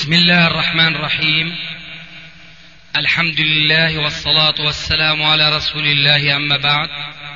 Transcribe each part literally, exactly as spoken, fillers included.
بسم الله الرحمن الرحيم. الحمد لله والصلاة والسلام على رسول الله، أما بعد،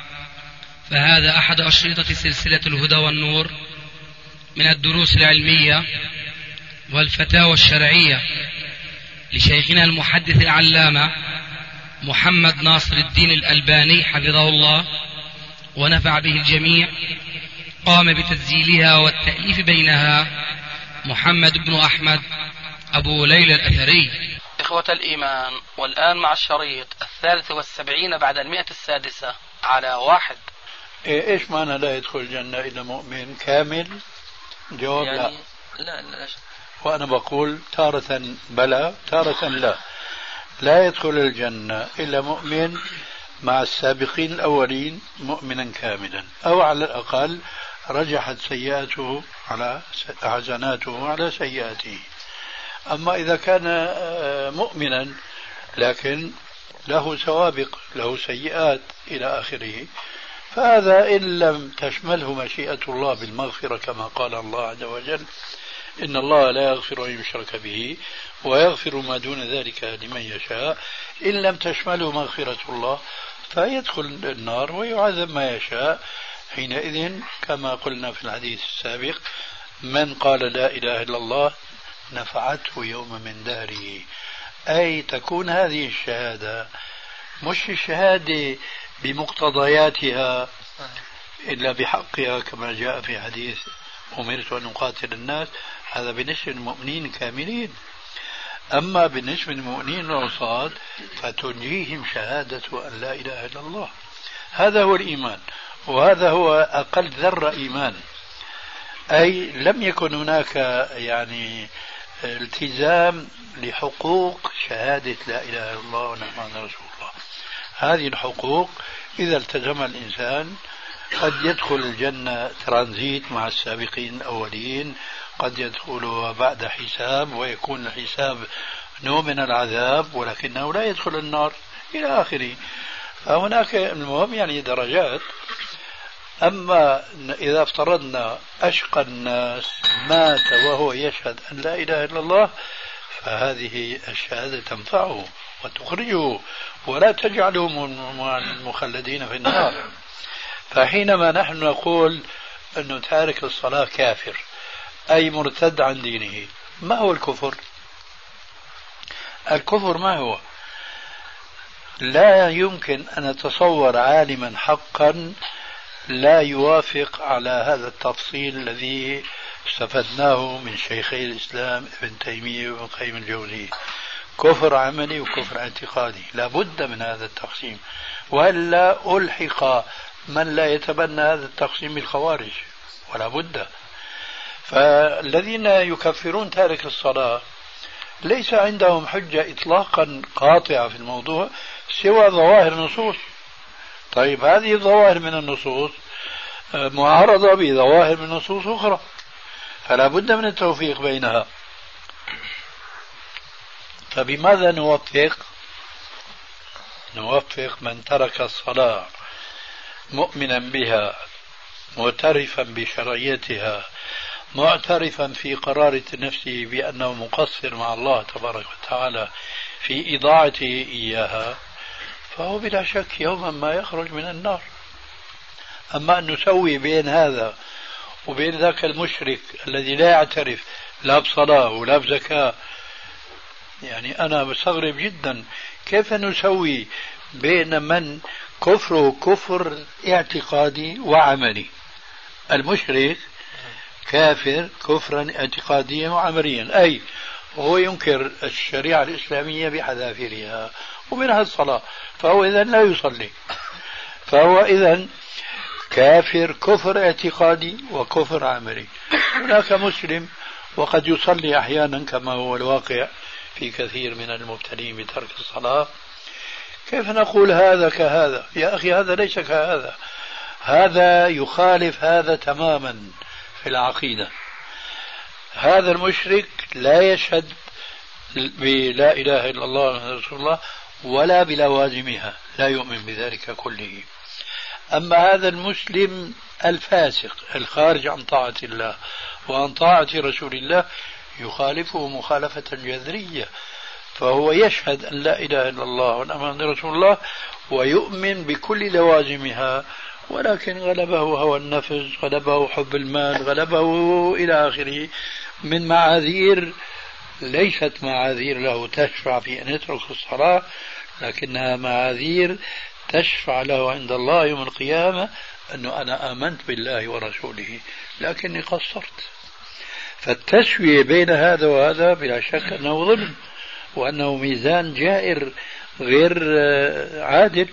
فهذا أحد أشرطة سلسلة الهدى والنور من الدروس العلمية والفتاوى الشرعية لشيخنا المحدث العلامة محمد ناصر الدين الألباني حفظه الله ونفع به الجميع. قام بتسجيلها والتأليف بينها محمد بن أحمد أبو ليلى الأثري. إخوة الإيمان، والآن مع الشريط الثالث والسبعين بعد المئة السادسة على واحد. إيش معنى لا يدخل الجنة إلا مؤمن كامل؟ جواب يعني لا. لا لا. وأنا بقول تارة بلى تارة لا. لا يدخل الجنة إلا مؤمن مع السابقين الأولين مؤمنا كاملا، أو على الأقل رجحت سيئاته على حسناته على سيئاته. أما إذا كان مؤمنا لكن له سوابق، له سيئات إلى آخره، فهذا إن لم تشمله مشيئة الله بالمغفرة كما قال الله عز وجل: إن الله لا يغفر أن يشرك به ويغفر ما دون ذلك لمن يشاء. إن لم تشمله مغفرة الله فيدخل النار ويعذب ما يشاء. حينئذ كما قلنا في الحديث السابق: من قال لا إله إلا الله نفعته يوم من دهره. أي تكون هذه الشهادة مش الشهادة بمقتضياتها إلا بحقها كما جاء في حديث أمرت أن أقاتل الناس، هذا بالنسبة للمؤمنين كاملين. أما بالنسبة للمؤمنين العصاة فتنجيهم شهادة أن لا إله إلا الله. هذا هو الإيمان، وهذا هو أقل ذرة إيمان. أي لم يكن هناك يعني التزام لحقوق شهادة لا إله إلا الله ونحن رسول الله. هذه الحقوق إذا التزم الإنسان قد يدخل الجنة ترانزيت مع السابقين الأولين، قد يدخلها بعد حساب ويكون الحساب نوع من العذاب، ولكنه لا يدخل النار إلى آخره. فهناك المهم يعني درجات. أما إذا افترضنا أشقى الناس مات وهو يشهد أن لا إله إلا الله، فهذه الشهادة تنفعه وتخرجه ولا تجعله من المخلدين في النار. فحينما نحن نقول أنه تارك الصلاة كافر أي مرتد عن دينه، ما هو الكفر؟ الكفر ما هو؟ لا يمكن أن نتصور عالما حقا لا يوافق على هذا التفصيل الذي استفدناه من شيخي الإسلام ابن تيمية وابن قيم الجوزية: كفر عملي وكفر اعتقادي. لا بد من هذا التقسيم، وإلا ألحق من لا يتبنى هذا التقسيم بالخوارج، ولا بد. فالذين يكفرون تارك الصلاة ليس عندهم حجة إطلاقا قاطعة في الموضوع سوى ظواهر النصوص. طيب هذه الظواهر من النصوص معارضة بظواهر من نصوص أخرى، فلا بد من التوفيق بينها. فبماذا نوفق؟ نوفق من ترك الصلاة مؤمنا بها معترفا بشرعيتها معترفا في قرارة نفسه بأنه مقصر مع الله تبارك وتعالى في إضاعته إياها، فهو بلا شك يوما ما يخرج من النار. أما أن نسوي بين هذا وبين ذاك المشرك الذي لا يعترف لا بصلاة ولا بزكاة، يعني أنا بستغرب جدا كيف نسوي بين من كفره كفر اعتقادي وعملي. المشرك كافر كفرا اعتقاديا وعمليا، أي هو ينكر الشريعة الإسلامية بحذافيرها ومنها الصلاة، فهو إذن لا يصلي، فهو إذن كافر كفر اعتقادي وكفر عملي. هناك مسلم وقد يصلي أحيانا كما هو الواقع في كثير من المبتلين بترك الصلاة. كيف نقول هذا كهذا؟ يا أخي هذا ليس كهذا، هذا يخالف هذا تماما في العقيدة. هذا المشرك لا يشهد بلا إله إلا الله محمد رسول الله ولا بلوازمها، لا يؤمن بذلك كله. أما هذا المسلم الفاسق الخارج عن طاعة الله وعن طاعة رسول الله يخالفه مخالفة جذرية، فهو يشهد أن لا إله إلا الله وأن محمد رسول الله ويؤمن بكل لوازمها، ولكن غلبه هوى النفس، غلبه حب المال، غلبه إلى آخره من معاذير ليست معاذير له تشفع في أن يترك الصلاة، لكنها معاذير تشفع له عند الله يوم القيامة أنه أنا آمنت بالله ورسوله لكني قصرت. فالتسوية بين هذا وهذا بلا شك أنه ظلم، وأنه ميزان جائر غير عادل.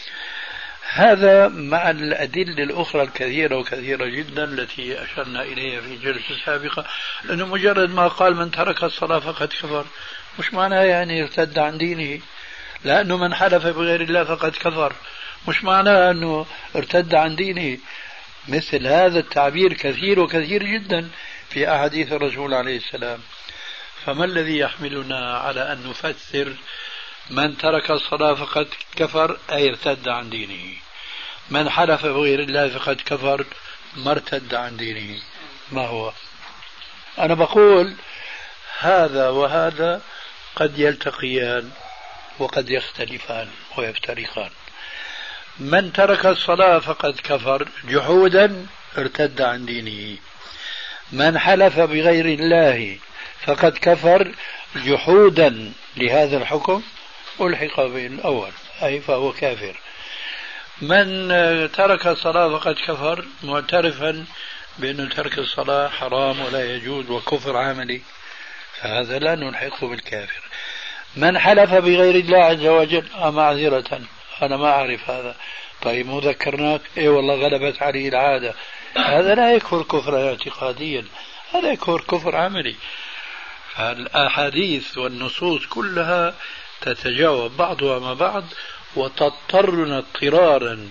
هذا مع الأدلة الأخرى الكثيرة وكثيرة جدا التي أشرنا إليها في جلسة سابقة، أنه مجرد ما قال من ترك الصلاة فقد كفر مش معناه يعني ارتد عن دينه، لأنه من حلف بغير الله فقد كفر مش معناه أنه ارتد عن دينه. مثل هذا التعبير كثير وكثير جدا في أحاديث الرسول عليه السلام. فما الذي يحملنا على أن نفسر من ترك الصلاة فقد كفر أي ارتد عن دينه، من حلف بغير الله فقد كفر ما ارتد عن دينه؟ ما هو؟ أنا بقول هذا وهذا قد يلتقيان وقد يختلفان ويفترقان. من ترك الصلاة فقد كفر جحودا ارتد عن دينه، من حلف بغير الله فقد كفر جحودا لهذا الحكم ألحق بالأول أي فهو كافر. من ترك الصلاة فقد كفر معترفا بأن ترك الصلاة حرام ولا يجوز وكفر عملي، فهذا لا نلحقه بالكافر. من حلف بغير الله عز وجل معذرة أنا ما أعرف هذا، طيب مو ذكرناك؟ إيه والله غلبت عليه العادة، هذا لا يكفر كفرا اعتقاديا، هذا يكفر كفر عملي. فالأحاديث والنصوص كلها تتجاوب بعضها مع بعض وتضطرنا اضطرارا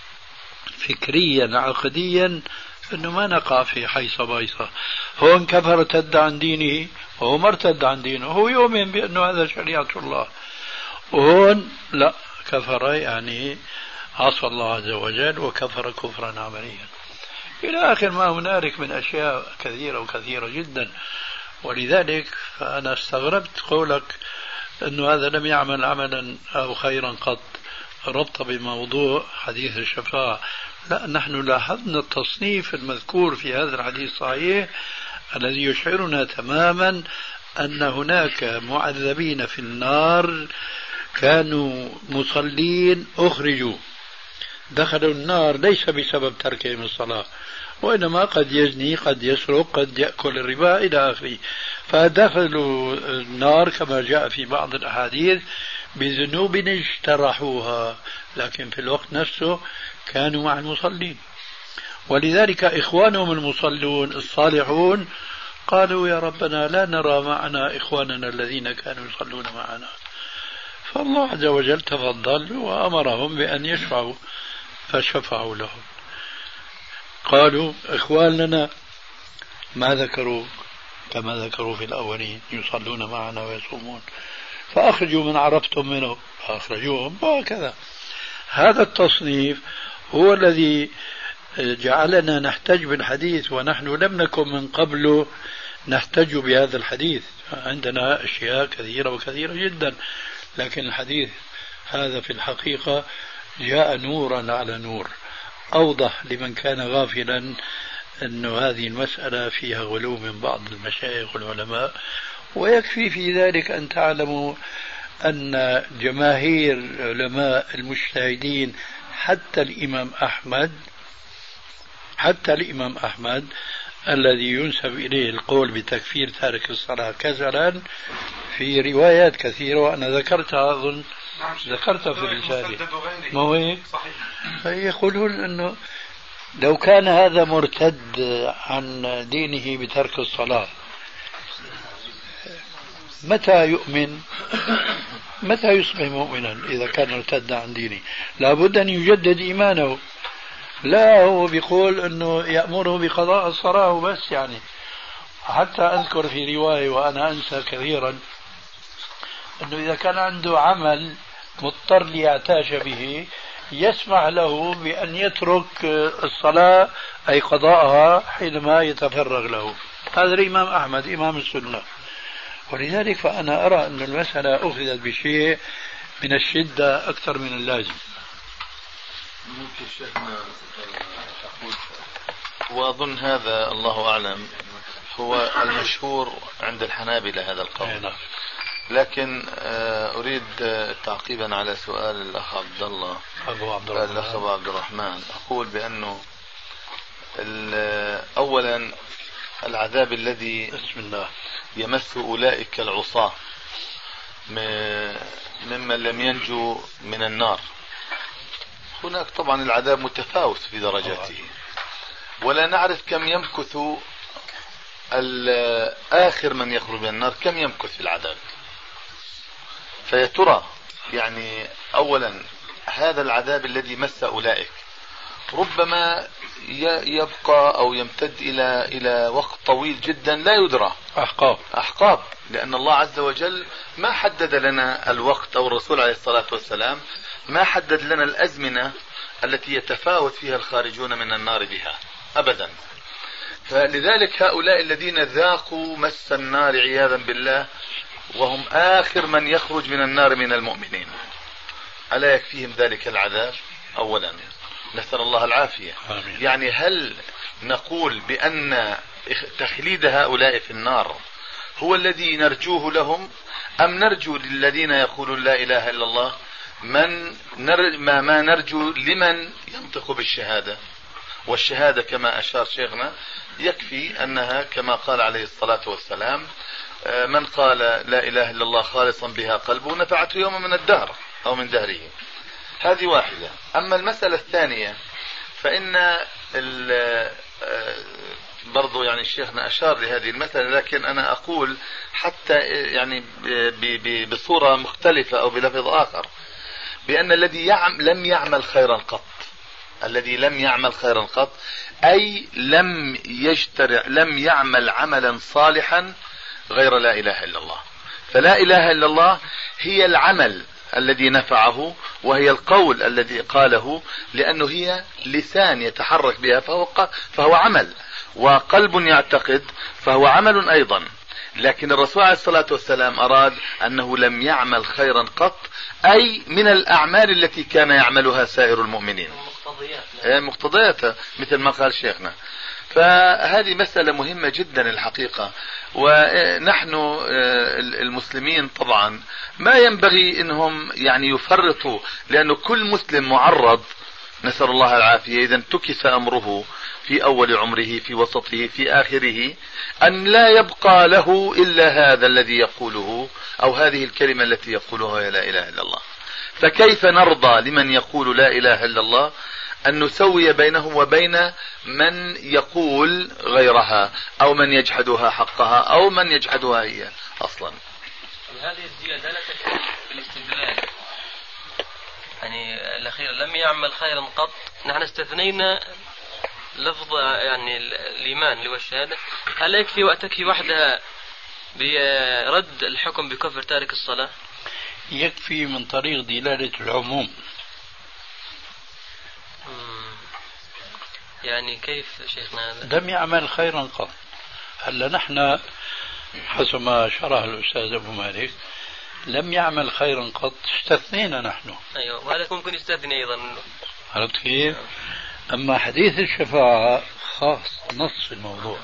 فكريا عقديا أنه ما نقع في حيصة بايصة. هون كفر ارتد عن دينه وهو ما ارتد عن دينه، هو يؤمن بأنه هذا شريعة الله، وهون لا كفر يعني عصى الله عز وجل وكفر كفرا عمليا إلى آخر ما هنالك من أشياء كثيرة وكثيرة جدا. ولذلك فأنا استغربت قولك أنه هذا لم يعمل عملا أو خيرا قط ربط بموضوع حديث الشفاعة. لا، نحن لاحظنا التصنيف المذكور في هذا الحديث الصحيح الذي يشعرنا تماما أن هناك معذبين في النار كانوا مصلين أخرجوا دخلوا النار ليس بسبب تركهم الصلاة، وإنما قد يزني قد يسرق قد يأكل الربا إلى آخره، فدخلوا النار كما جاء في بعض الأحاديث بذنوب اجترحوها، لكن في الوقت نفسه كانوا مع المصلين. ولذلك إخوانهم المصلون الصالحون قالوا يا ربنا لا نرى معنا إخواننا الذين كانوا يصلون معنا، فالله عز وجل تفضل وأمرهم بأن يشفعوا فشفعوا لهم. قالوا إخواننا ما ذكروا كما ذكروا في الأولين يصلون معنا ويصومون، فأخرجوا من عرفتم منه فأخرجوهم، وهكذا. هذا التصنيف هو الذي جعلنا نحتج بالحديث، ونحن لم نكن من قبل نحتج بهذا الحديث، عندنا أشياء كثيرة وكثيرة جدا، لكن الحديث هذا في الحقيقة جاء نورا على نور، أوضح لمن كان غافلا أن هذه المسألة فيها غلو من بعض المشايخ والعلماء. ويكفي في ذلك أن تعلموا أن جماهير علماء المجتهدين حتى الإمام أحمد حتى الإمام أحمد الذي ينسب إليه القول بتكفير تارك الصلاة كسلا في روايات كثيرة وأنا ذكرتها أظن ذكرتها في الرسالة، ما هو هيك؟ يقولون أنه لو كان هذا مرتد عن دينه بترك الصلاة متى يؤمن؟ متى يصبح مؤمنا إذا كان ارتد عن دينه؟ لابد أن يجدد إيمانه. لا، هو بيقول أنه يأمره بقضاء الصلاة وبس. يعني حتى أذكر في رواية وأنا أنسى كثيرا أنه إذا كان عنده عمل مضطر ليعتاش به يسمح له بأن يترك الصلاة أي قضاءها حينما يتفرغ له. هذا الإمام أحمد إمام السنة. ولذلك فأنا أرى أن المسألة أخذت بشيء من الشدة أكثر من اللازم. ممكن شيخنا أقول، وأظن هذا الله أعلم هو المشهور عند الحنابلة هذا القول، لكن أريد تعقيبا على سؤال الأخ عبد الله أبو عبد الرحمن الأخ أبو عبد الرحمن، أقول بأنه أولا العذاب الذي بسم الله يمس أولئك العصاة ممن لم ينجو من النار، هناك طبعا العذاب متفاوت في درجاته، ولا نعرف كم يمكث آخر من يخرج من النار، كم يمكث في العذاب. فيترى يعني أولا هذا العذاب الذي مس أولئك ربما يبقى أو يمتد إلى إلى وقت طويل جدا لا يدرى، أحقاب أحقاب، لأن الله عز وجل ما حدد لنا الوقت، أو الرسول عليه الصلاة والسلام ما حدد لنا الأزمنة التي يتفاوت فيها الخارجون من النار بها أبدا. فلذلك هؤلاء الذين ذاقوا مس النار عياذا بالله وهم آخر من يخرج من النار من المؤمنين، ألا يكفيهم ذلك العذاب؟ أولا نسأل الله العافية. آمين. يعني هل نقول بأن تخليد هؤلاء في النار هو الذي نرجوه لهم، أم نرجو للذين يقولون لا إله إلا الله من نر... ما, ما نرجو لمن ينطق بالشهادة؟ والشهادة كما أشار شيخنا يكفي أنها كما قال عليه الصلاة والسلام من قال لا إله إلا الله خالصا بها قلبه نفعته يوم من الدهر أو من دهره. هذه واحدة. أما المسألة الثانية فإن برضو يعني شيخنا أشار لهذه المسألة، لكن أنا أقول حتى يعني بصورة مختلفة أو بلفظ آخر، بأن الذي يعم لم يعمل خيرا قط، الذي لم يعمل خيرا قط أي لم يجترع لم يعمل عملا صالحا غير لا إله إلا الله. فلا إله إلا الله هي العمل الذي نفعه، وهي القول الذي قاله، لأنه هي لسان يتحرك بها فهو, فهو عمل، وقلب يعتقد فهو عمل أيضا. لكن الرسول عليه الصلاة والسلام أراد أنه لم يعمل خيرا قط، أي من الأعمال التي كان يعملها سائر المؤمنين، مقتضياتها مثل ما قال شيخنا. فهذه مسألة مهمة جدا الحقيقة، ونحن المسلمين طبعا ما ينبغي انهم يعني يفرطوا، لأنه كل مسلم معرض، نسأل الله العافية، إذا انتكس أمره في أول عمره في وسطه في آخره أن لا يبقى له إلا هذا الذي يقوله أو هذه الكلمة التي يقولها يا لا إله إلا الله. فكيف نرضى لمن يقول لا إله إلا الله أن نسوي بينه وبين من يقول غيرها أو من يجحدها حقها أو من يجحدها هي أصلا؟ هذه الزيادة لا تكفي في الاستدلال، يعني الأخير لم يعمل خيرا قط، نحن استثنينا لفظ يعني الإيمان اللي هو الشهادة، هل يكفي وتكفي وحدها برد الحكم بكفر تارك الصلاة؟ يكفي من طريق دلالة العموم. يعني كيف شيخنا هذا؟ لم يعمل خيرا قط. هلا نحن حسب ما شرح الأستاذ أبو مالك لم يعمل خيرا قط، استثنينا نحن. أيوة، وهذا ممكن يستثني أيضا. عرفت كيف؟ أما حديث الشفاعة خاص نص الموضوع.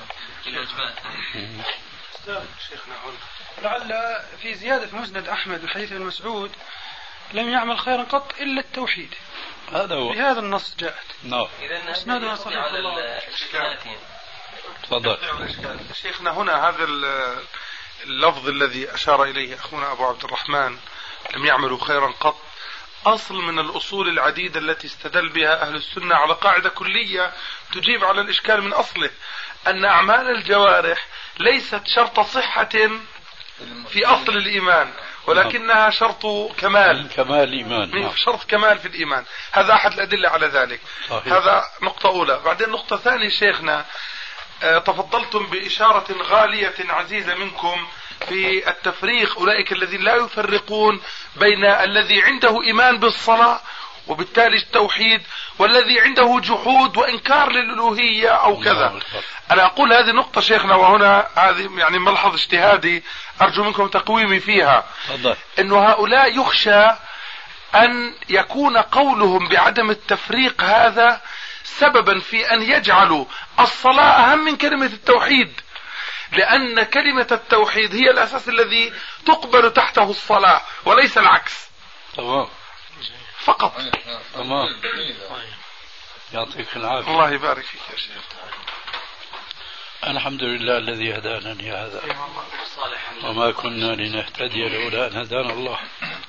شيخنا لعل في زيادة في مسند أحمد من حديث ابن مسعود لم يعمل خيرا قط إلا التوحيد، هذا هو بهذا النص جاءت. نعم. إذا اسنادها صحيح. على الإشكالاتين. تفضل. شيخنا هنا هذا اللفظ الذي أشار إليه أخونا أبو عبد الرحمن لم يعملوا خيرا قط، أصل من الأصول العديدة التي استدل بها أهل السنة على قاعدة كلية تجيب على الإشكال من أصله، أن أعمال الجوارح ليست شرط صحة في أصل الإيمان، ولكنها شرط كمال، كمال الإيمان، شرط كمال في الإيمان. هذا أحد الأدلة على ذلك. صحيح. هذا نقطة أولى. بعدين نقطة ثانية شيخنا، تفضلتم بإشارة غالية عزيزة منكم في التفريق، أولئك الذين لا يفرقون بين الذي عنده إيمان بالصلاة وبالتالي التوحيد، والذي عنده جحود وإنكار للألوهية أو كذا. أنا أقول هذه نقطة شيخنا، وهنا هذه يعني ملحظ اجتهادي أرجو منكم تقويمي فيها، أنه هؤلاء يخشى أن يكون قولهم بعدم التفريق هذا سببا في أن يجعلوا الصلاة أهم من كلمة التوحيد، لأن كلمة التوحيد هي الأساس الذي تقبل تحته الصلاة وليس العكس. تمام فقط. تمام. يعطيك العافية. الله يبارك فيك يا شيخ. الحمد لله الذي هدانا لهذا وما كنا لنهتدي لولا أن هدانا الله.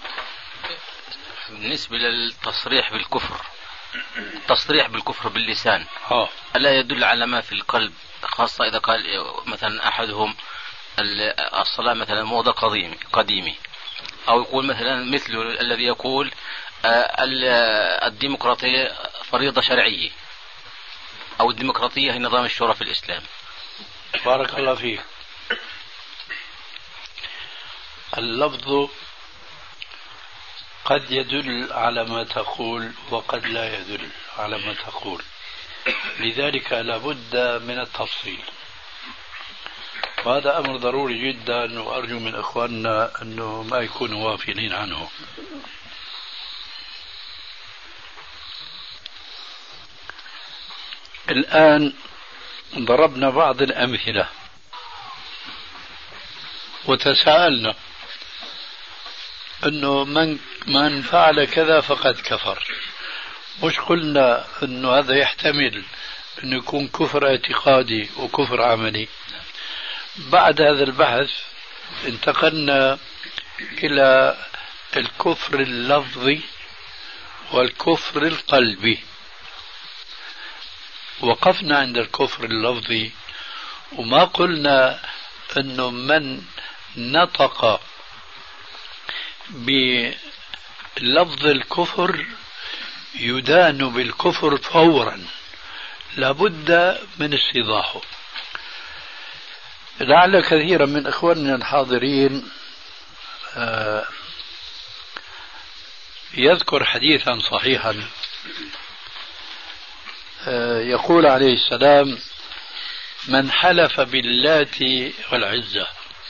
بالنسبة للتصريح بالكفر، التصريح بالكفر باللسان ها. ألا يدل على ما في القلب، خاصة إذا قال مثلا أحدهم الصلاة مثلا موضة قديمة قديمة، أو يقول مثلا مثل الذي يقول الديمقراطية فريضة شرعية، أو الديمقراطية هي نظام الشورى في الإسلام. بارك الله فيك. اللفظ قد يدل على ما تقول وقد لا يدل على ما تقول، لذلك لابد من التفصيل، وهذا أمر ضروري جدا، وأرجو من إخواننا أنه ما يكونوا غافلين عنه. الآن ضربنا بعض الأمثلة وتساءلنا أنه من, من فعل كذا فقد كفر. مش قلنا أنه هذا يحتمل أنه يكون كفر اعتقادي وكفر عملي. بعد هذا البحث انتقلنا إلى الكفر اللفظي والكفر القلبي. وقفنا عند الكفر اللفظي وما قلنا أنه من نطق بلفظ الكفر يدان بالكفر فورا، لابد من استيضاحه. لعل كثيرا من إخواننا الحاضرين يذكر حديثا صحيحا يقول عليه السلام: من حلف باللات والعزة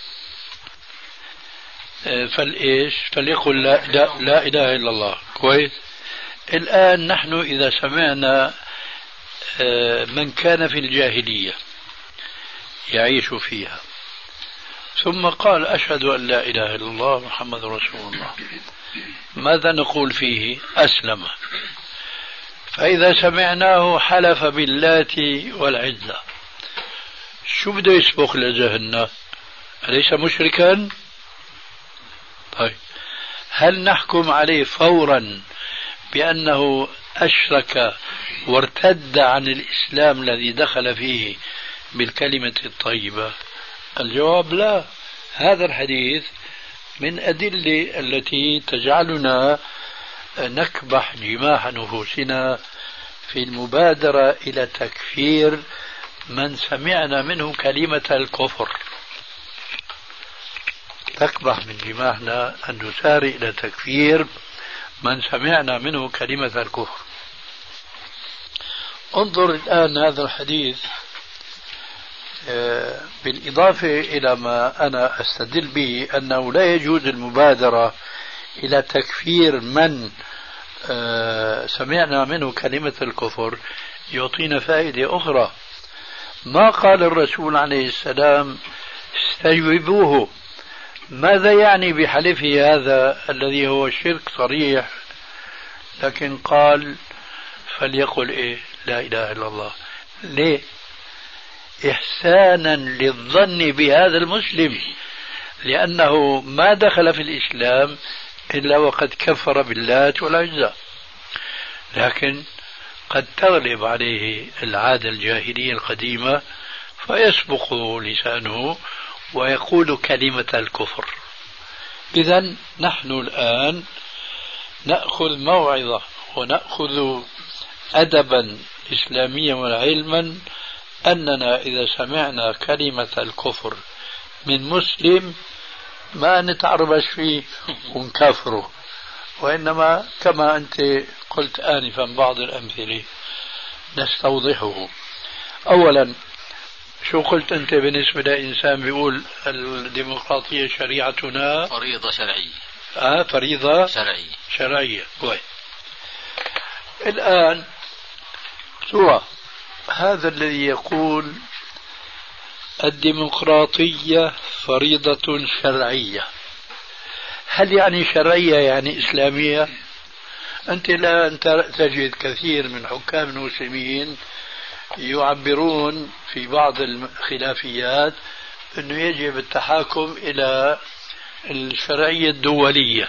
فالإيش فليقل لا, لا, لا إله إلا الله. كويس. الآن نحن إذا سمعنا من كان في الجاهلية يعيش فيها ثم قال أشهد أن لا إله إلا الله محمد رسول الله، ماذا نقول فيه؟ أسلم. فإذا سمعناه حلف باللات والعزة، شو بده يسبق لذهننا؟ أليس مشركا؟ طيب، هل نحكم عليه فورا بأنه أشرك وارتد عن الإسلام الذي دخل فيه بالكلمة الطيبة؟ الجواب لا. هذا الحديث من أدلة التي تجعلنا نكبح جماح نفوسنا في المبادرة إلى تكفير من سمعنا منه كلمة الكفر. تكبح من جماحنا أن نسارع إلى تكفير من سمعنا منه كلمة الكفر. انظر الآن هذا الحديث بالإضافة إلى ما أنا أستدل به أنه لا يجوز المبادرة إلى تكفير من سمعنا منه كلمة الكفر، يعطينا فائدة أخرى. ما قال الرسول عليه السلام استجوبوه؟ ماذا يعني بحلفه هذا الذي هو شرك صريح؟ لكن قال فليقل إيه؟ لا إله إلا الله. ليه؟ إحسانا للظن بهذا المسلم، لأنه ما دخل في الإسلام إلا وقد كفر باللات والعزى. لكن قد تغلب عليه العادة الجاهلية القديمة فيسبق لسانه ويقول كلمة الكفر. إذن نحن الآن نأخذ موعظة ونأخذ أدبا إسلاميا وعلما أننا إذا سمعنا كلمة الكفر من مسلم ما نتعربش فيه ونكفره وإنما كما أنت قلت آنفا بعض الأمثلة نستوضحه. أولا، شو قلت أنت بالنسبة لإنسان بيقول الديمقراطية شريعتنا فريضة شرعية؟ آه فريضة شرعية شرعية. كويس. الآن سوى هذا الذي يقول الديمقراطية فريضة شرعية، هل يعني شرعية يعني إسلامية؟ أنت الآن تجد كثير من حكام المسلمين يعبرون في بعض الخلافيات أنه يجب التحاكم إلى الشرعية الدولية.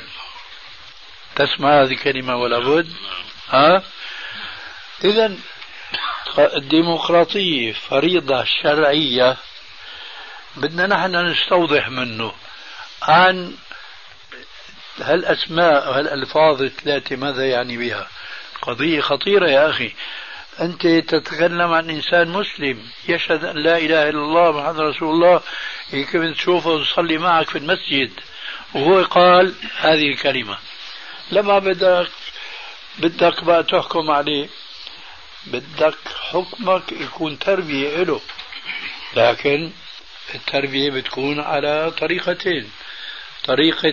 تسمع هذه الكلمة ولا بد؟ ها؟ إذن الديمقراطية فريضة شرعية، بدنا نحن نستوضح منه عن هالأسماء وهالألفاظ الثلاثة ماذا يعني بها. قضية خطيرة يا أخي. أنت تتكلم عن إنسان مسلم يشهد أن لا إله إلا الله محمد رسول الله، يمكن تشوفه وتصلي معك في المسجد وهو قال هذه الكلمة. لما بدك بدك بقى تحكم عليه، بدك حكمك يكون تربية له، لكن التربية بتكون على طريقتين: طريقة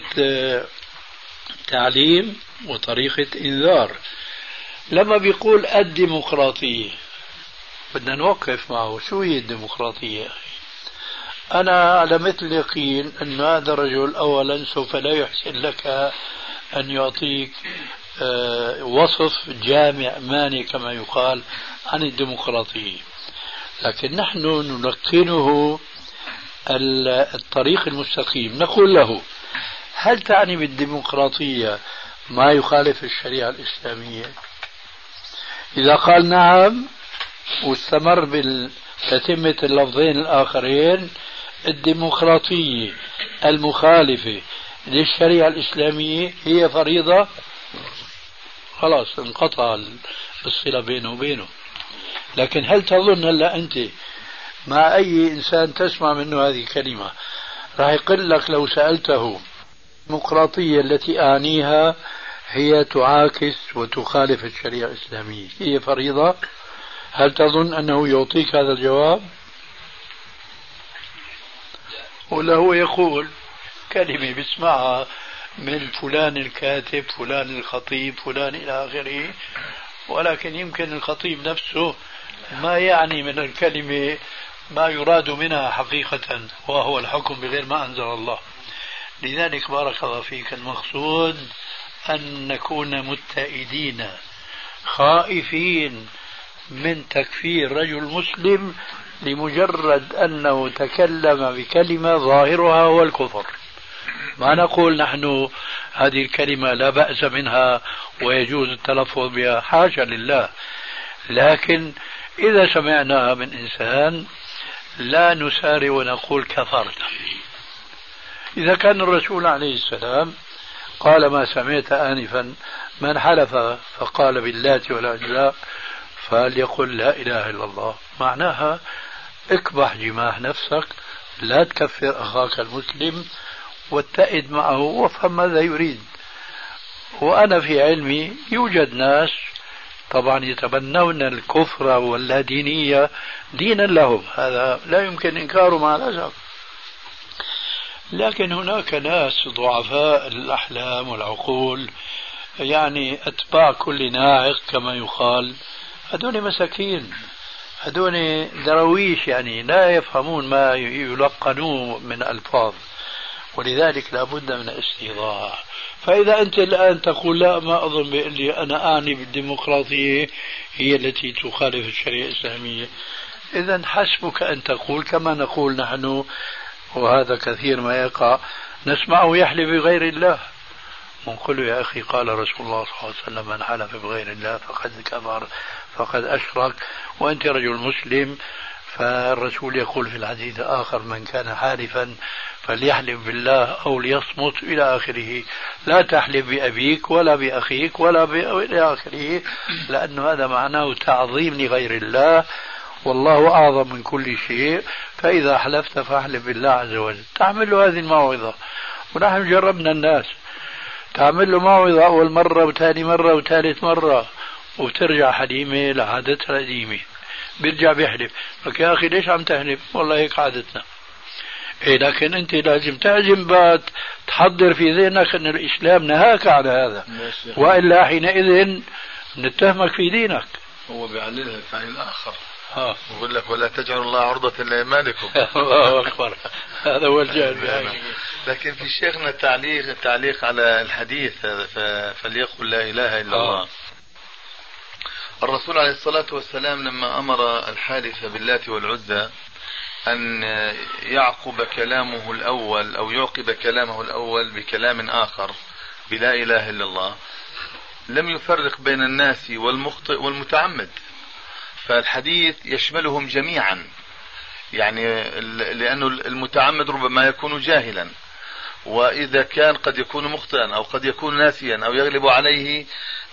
تعليم وطريقة إنذار. لما بيقول الديمقراطية بدنا نوقف معه، شو هي الديمقراطية؟ أنا على مثل يقين أن هذا الرجل أولا سوف لا يحسن لك أن يعطيك وصف جامع مانع كما يقال عن الديمقراطية، لكن نحن نلقنه الطريق المستقيم. نقول له: هل تعني بالديمقراطية ما يخالف الشريعة الإسلامية؟ إذا قال نعم واستمر بتتمة اللفظين الآخرين الديمقراطية المخالفة للشريعة الإسلامية هي فريضة، خلاص انقطع الصلة بينه وبينه. لكن هل تظن هلا أنت مع أي إنسان تسمع منه هذه الكلمة راح يقول لك لو سألته الديمقراطية التي أعنيها هي تعاكس وتخالف الشريعة الإسلامية هي فريضة، هل تظن أنه يعطيك هذا الجواب؟ ولا هو يقول كلمة بسمعها من فلان الكاتب فلان الخطيب فلان إلى آخره، ولكن يمكن الخطيب نفسه ما يعني من الكلمة ما يراد منها حقيقة، وهو الحكم بغير ما أنزل الله. لذلك بارك الله فيك، المقصود أن نكون متئدين خائفين من تكفير رجل مسلم لمجرد أنه تكلم بكلمة ظاهرها هو الكفر. ما نقول نحن هذه الكلمة لا بأس منها ويجوز التلفظ بها، حاشا لله، لكن إذا سمعناها من إنسان لا نسارع ونقول كفرت. إذا كان الرسول عليه السلام قال ما سمعت آنفا: من حلف فقال باللات والعزى فليقل لا إله إلا الله، معناها اكبح جماح نفسك، لا تكفر أخاك المسلم، واتئد معه وافهم ماذا يريد. وأنا في علمي يوجد ناس طبعا يتبنون الكفر واللادينية دينا لهم، هذا لا يمكن إنكاره مع الأسف، لكن هناك ناس ضعفاء الأحلام والعقول، يعني أتباع كل ناعق كما يقال، هذول مساكين، هذول درويش، يعني لا يفهمون ما يلقنوه من ألفاظ، ولذلك لا بد من استيضاح. فإذا أنت الآن تقول لا ما أظن بأني أنا أعني بالديمقراطية هي التي تخالف الشريعة الإسلامية، إذن حسبك أن تقول كما نقول نحن، وهذا كثير ما يقع، نسمعه يحلف بغير الله، ونقول يا أخي قال رسول الله صلى الله عليه وسلم: من حلف بغير الله فقد كفر فقد أشرك، وأنت رجل مسلم، فالرسول يقول في الحديث الآخر: من كان حالفا فليحلف بالله أو ليصمت إلى آخره، لا تحلف بأبيك ولا بأخيك ولا إلى آخره، لأن هذا معناه تعظيم لغير الله، والله أعظم من كل شيء، فإذا حلفت فاحلف بالله عز وجل. تحمل هذه الموعظة، ونحن جربنا الناس تعمل له موعظة أول مرة وثاني مرة وثالث مرة وبترجع حليمة لعادتها القديمة، بيرجع بيحلف لك يا أخي ليش عم تحلف؟ والله هيك عادتنا. إيه لكن أنت لازم تعزم بات تحضر في ذهنك أن الإسلام نهاك على هذا، وإلا حينئذ نتهمك في دينك. هو بيعللها الفعل الآخر، ها بقول لك ولا تجعلوا الله عرضة لأيمانكم. الله أكبر، هذا هو الجهل. لكن في شيخنا تعليق تعليق على الحديث هذا، فليقل لا إله إلا الله. الرسول عليه الصلاة والسلام لما أمر الحالف باللات والعزى أن يعقب كلامه الأول أو يعقب كلامه الأول بكلام آخر بلا إله إلا الله، لم يفرق بين الناس والمخطئ والمتعمد، فالحديث يشملهم جميعا، يعني لأنه المتعمد ربما يكون جاهلا، وإذا كان قد يكون مخطئا أو قد يكون ناسيا أو يغلب عليه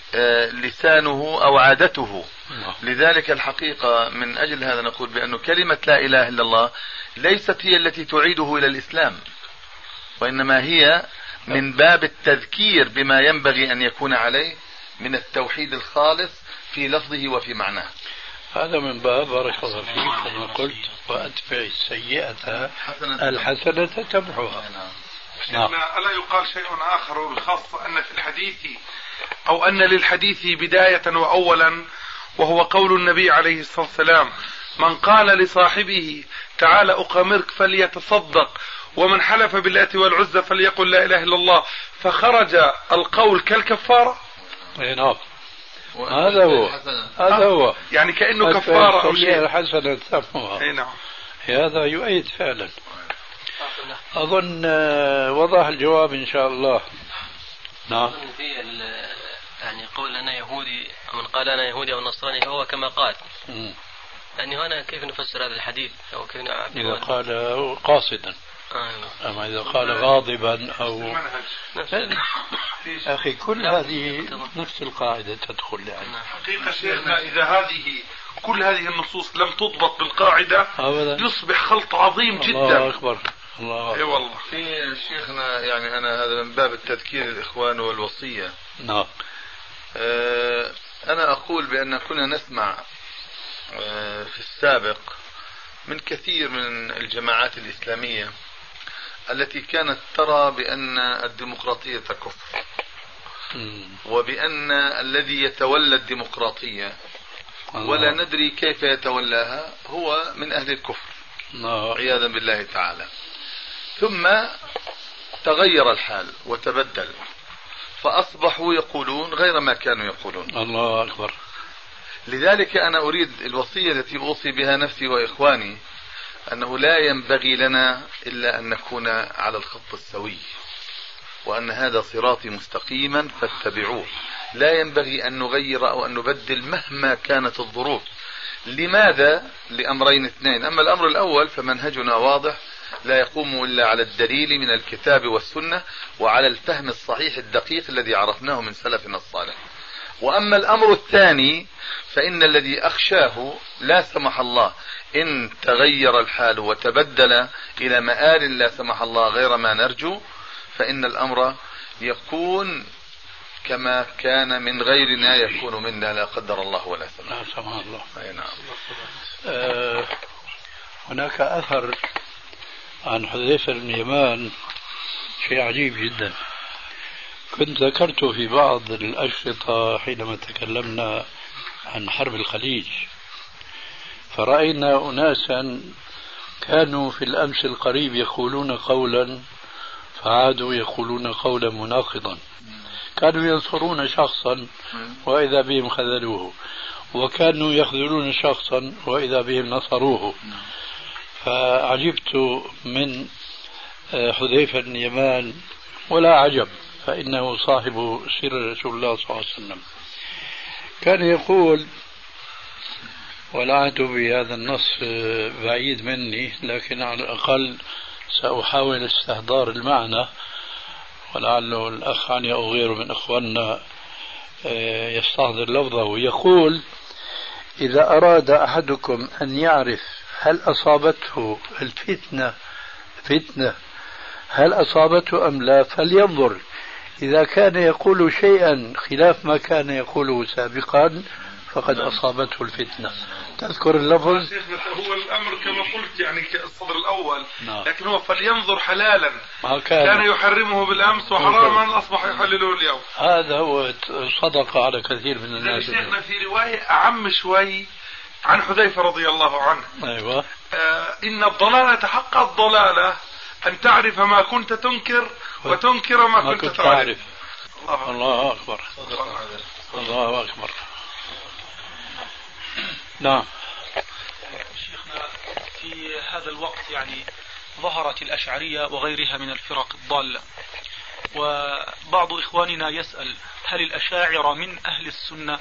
لسانه أو عادته. لذلك الحقيقة من أجل هذا نقول بأن كلمة لا إله إلا الله ليست هي التي تعيده إلى الإسلام، وإنما هي من باب التذكير بما ينبغي أن يكون عليه من التوحيد الخالص في لفظه وفي معناه. هذا من باب بارك الله فيك كما قلت وأتبع السيئة الحسنة تمحوها. نعم. ألا يقال شيء آخر وبخاصة أن في الحديث أو أن للحديث بداية وأولا، وهو قول النبي عليه الصلاة والسلام: من قال لصاحبه تعال أقامرك فليتصدق، ومن حلف باللات والعزى فليقل لا إله إلا الله، فخرج القول كالكفارة. نعم هذا هو هذا هو يعني كأنه كفارة أو شيء. الحسنة تمحوها. نعم هذا يؤيد فعلا. أظن وضح الجواب إن شاء الله. نعم. في يعني قول أنا يهودي، من قال أنا يهودي أو نصراني هو كما قال. م. يعني هنا كيف نفسر هذا الحديث أو كيف إذا قال قاصدا. آه. أما إذا قال غاضبا أو أخي كل هذه نفس القاعدة تدخل يعني. حقيقة شيخنا إذا هذه كل هذه النصوص لم تضبط بالقاعدة أبداً يصبح خلط عظيم جدا. الله أكبر. الله اي والله. في شيخنا يعني أنا هذا من باب التذكير الإخوان والوصية. نعم. آه أنا أقول بأن كنا نسمع آه في السابق من كثير من الجماعات الإسلامية التي كانت ترى بأن الديمقراطية كفر، وبأن الذي يتولى الديمقراطية ولا ندري كيف يتولاها هو من أهل الكفر عياذا بالله تعالى. ثم تغير الحال وتبدل، فأصبحوا يقولون غير ما كانوا يقولون. الله أكبر. لذلك أنا أريد الوصية التي أوصي بها نفسي وإخواني أنه لا ينبغي لنا إلا أن نكون على الخط السوي، وأن هذا صراطي مستقيما فاتبعوه. لا ينبغي أن نغير أو أن نبدل مهما كانت الظروف. لماذا؟ لأمرين اثنين. أما الأمر الأول فمنهجنا واضح لا يقوم إلا على الدليل من الكتاب والسنة وعلى الفهم الصحيح الدقيق الذي عرفناه من سلفنا الصالح. وأما الأمر الثاني فإن الذي أخشاه لا سمح الله إن تغير الحال وتبدل إلى مآل لا سمح الله غير ما نرجو، فإن الأمر يكون كما كان من غيرنا يكون منا لا قدر الله ولا سمح. لا سمح الله. أي نعم. آه هناك أثر عن حذيفة بن اليمان شيء عجيب جدا، كنت ذكرته في بعض الأشرطة حينما تكلمنا عن حرب الخليج، فرأينا أناسا كانوا في الأمس القريب يقولون قولا فعادوا يقولون قولا مناقضا، كانوا ينصرون شخصا وإذا بهم خذلوه، وكانوا يخذلون شخصا وإذا بهم نصروه. فعجبت من حذيفة بن اليمان، ولا عجب فإنه صاحب سر رسول الله صلى الله عليه وسلم. كان يقول، والعهد بهذا النص بعيد مني لكن على الأقل سأحاول استحضار المعنى، ولعله الأخ عني أو غيره من أخواننا يستحضر لفظه. يقول: إذا أراد أحدكم أن يعرف هل أصابته الفتنة فتنة هل أصابته أم لا، فلينظر إذا كان يقول شيئا خلاف ما كان يقوله سابقا فقد أصابته الفتنة. تذكر اللفظ؟ هو الأمر كما قلت يعني كالصدر الأول، نعم. لكن هو فلينظر حلالا ما كان, كان يحرمه بالأمس وحراما أصبح يحلله اليوم. هذا هو صدق على كثير من الناس. شيخنا في رواية أعم شوي عن حذيفة رضي الله عنه، أيوة. آه إن الضلالة حق الضلالة أن تعرف ما كنت تنكر وتنكر ما, ما كنت, كنت تعرف. الله, الله أكبر. الله أكبر. نعم. شيخنا في هذا الوقت يعني ظهرت الأشعرية وغيرها من الفرق الضالة، وبعض إخواننا يسأل هل الأشاعرة من أهل السنة؟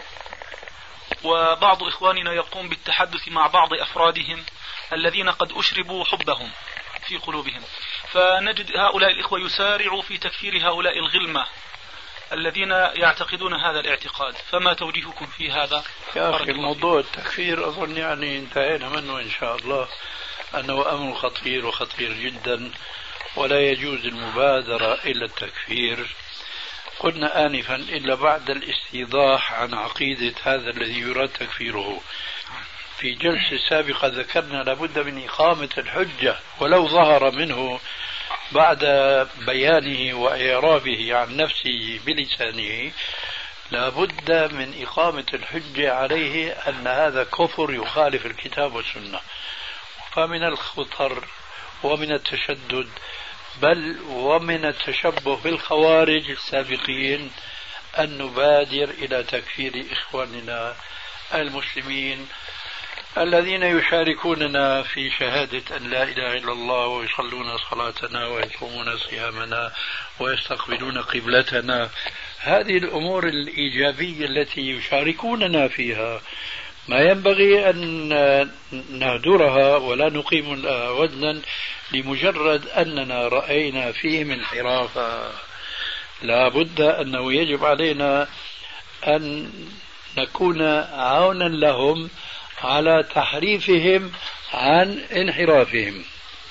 وبعض إخواننا يقوم بالتحدث مع بعض أفرادهم الذين قد أشربوا حبهم في قلوبهم، فنجد هؤلاء الإخوة يسارعوا في تكفير هؤلاء الغلمة الذين يعتقدون هذا الاعتقاد، فما توجيهكم في هذا؟ يا أخي الموضوع التكفير أظن يعني انتهينا منه إن شاء الله، أنه أمر خطير وخطير جدا، ولا يجوز المبادرة إلى التكفير. قلنا آنفا إلا بعد الاستيضاح عن عقيدة هذا الذي يراد تكفيره. في جلسة سابقة ذكرنا لابد من إقامة الحجة، ولو ظهر منه بعد بيانه وإعرابه عن نفسه بلسانه لابد من إقامة الحجة عليه أن هذا كفر يخالف الكتاب والسنة. فمن الخطر ومن التشدد بل ومن التشبه بالخوارج السابقين أن نبادر إلى تكفير إخواننا المسلمين الذين يشاركوننا في شهادة أن لا إله إلا الله ويصلون صلاتنا ويصومون صيامنا ويستقبلون قبلتنا. هذه الأمور الإيجابية التي يشاركوننا فيها ما ينبغي أن نهدرها ولا نقيم لها وزنا لمجرد أننا رأينا فيهم انحرافا. لا بد أنه يجب علينا أن نكون عونا لهم على تحريفهم عن انحرافهم.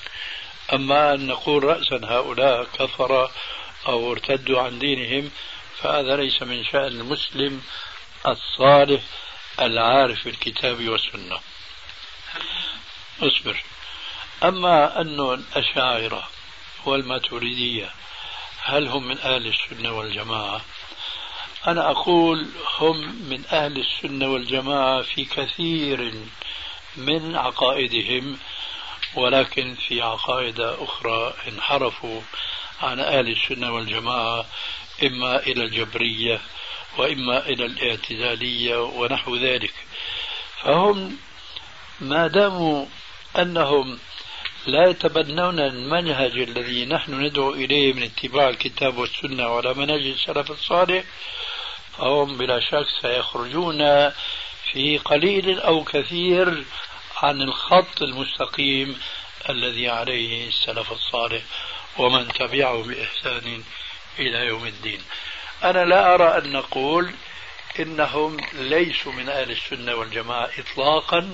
أما أن نقول رأسا هؤلاء كفر أو ارتدوا عن دينهم فهذا ليس من شأن المسلم الصالح العارف بالكتاب والسنة. اصبر. أما أن الأشاعرة والماتريدية هل هم من أهل السنة والجماعة؟ أنا أقول هم من أهل السنة والجماعة في كثير من عقائدهم، ولكن في عقائد أخرى انحرفوا عن أهل السنة والجماعة، إما إلى الجبرية وإما إلى الاعتزالية ونحو ذلك. فهم ما داموا أنهم لا يتبنون المنهج الذي نحن ندعو إليه من اتباع الكتاب والسنة وعلى منهج السلف الصالح، فهم بلا شك سيخرجون في قليل أو كثير عن الخط المستقيم الذي عليه السلف الصالح ومن تبعه بإحسان إلى يوم الدين. أنا لا أرى أن نقول إنهم ليسوا من أهل السنة والجماعة إطلاقا،